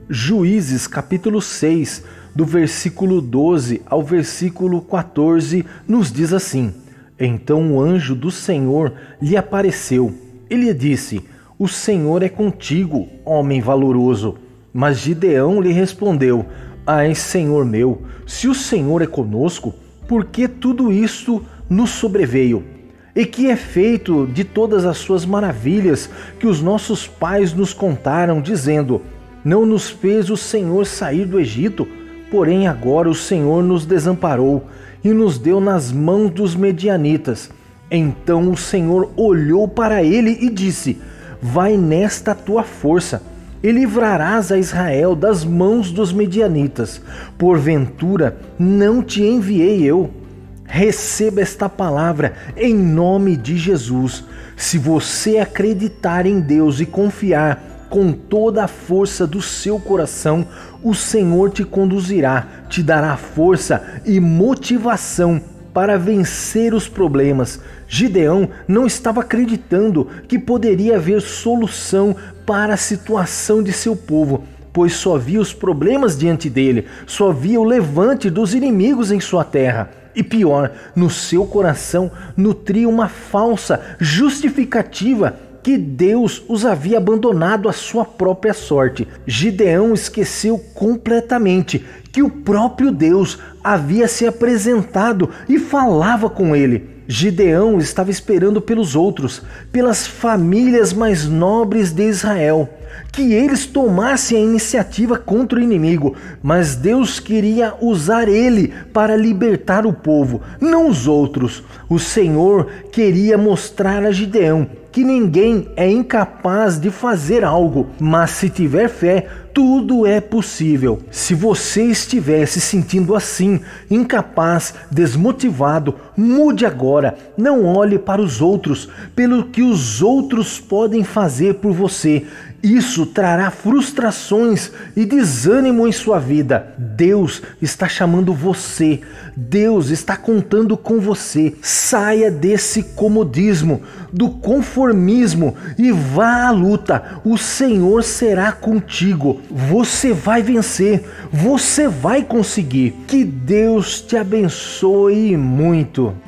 Juízes capítulo 6, do versículo 12 ao versículo 14, nos diz assim: Então o anjo do Senhor lhe apareceu e lhe disse: O Senhor é contigo, homem valoroso. Mas Gideão lhe respondeu: Ai, Senhor meu, se o Senhor é conosco, por que tudo isto nos sobreveio? E que é feito de todas as suas maravilhas que os nossos pais nos contaram, dizendo: Não nos fez o Senhor sair do Egito? Porém agora o Senhor nos desamparou e nos deu nas mãos dos medianitas. Então o Senhor olhou para ele e disse: Vai nesta tua força e livrarás a Israel das mãos dos medianitas. Porventura não te enviei eu? Receba esta palavra em nome de Jesus. Se você acreditar em Deus e confiar com toda a força do seu coração, o Senhor te conduzirá, te dará força e motivação para vencer os problemas. Gideão não estava acreditando que poderia haver solução para a situação de seu povo, pois só via os problemas diante dele, só via o levante dos inimigos em sua terra. E pior, no seu coração nutria uma falsa justificativa que Deus os havia abandonado à sua própria sorte. Gideão esqueceu completamente que o próprio Deus havia se apresentado e falava com ele. Gideão estava esperando pelos outros, pelas famílias mais nobres de Israel, que eles tomassem a iniciativa contra o inimigo, mas Deus queria usar ele para libertar o povo, não os outros. O Senhor queria mostrar a Gideão que ninguém é incapaz de fazer algo, mas se tiver fé, tudo é possível. Se você estiver se sentindo assim, incapaz, desmotivado, mude agora. Não olhe para os outros, pelo que os outros podem fazer por você. Isso trará frustrações e desânimo em sua vida. Deus está chamando você. Deus está contando com você. Saia desse comodismo, do conformismo e vá à luta. O Senhor será contigo. Você vai vencer. Você vai conseguir. Que Deus te abençoe muito.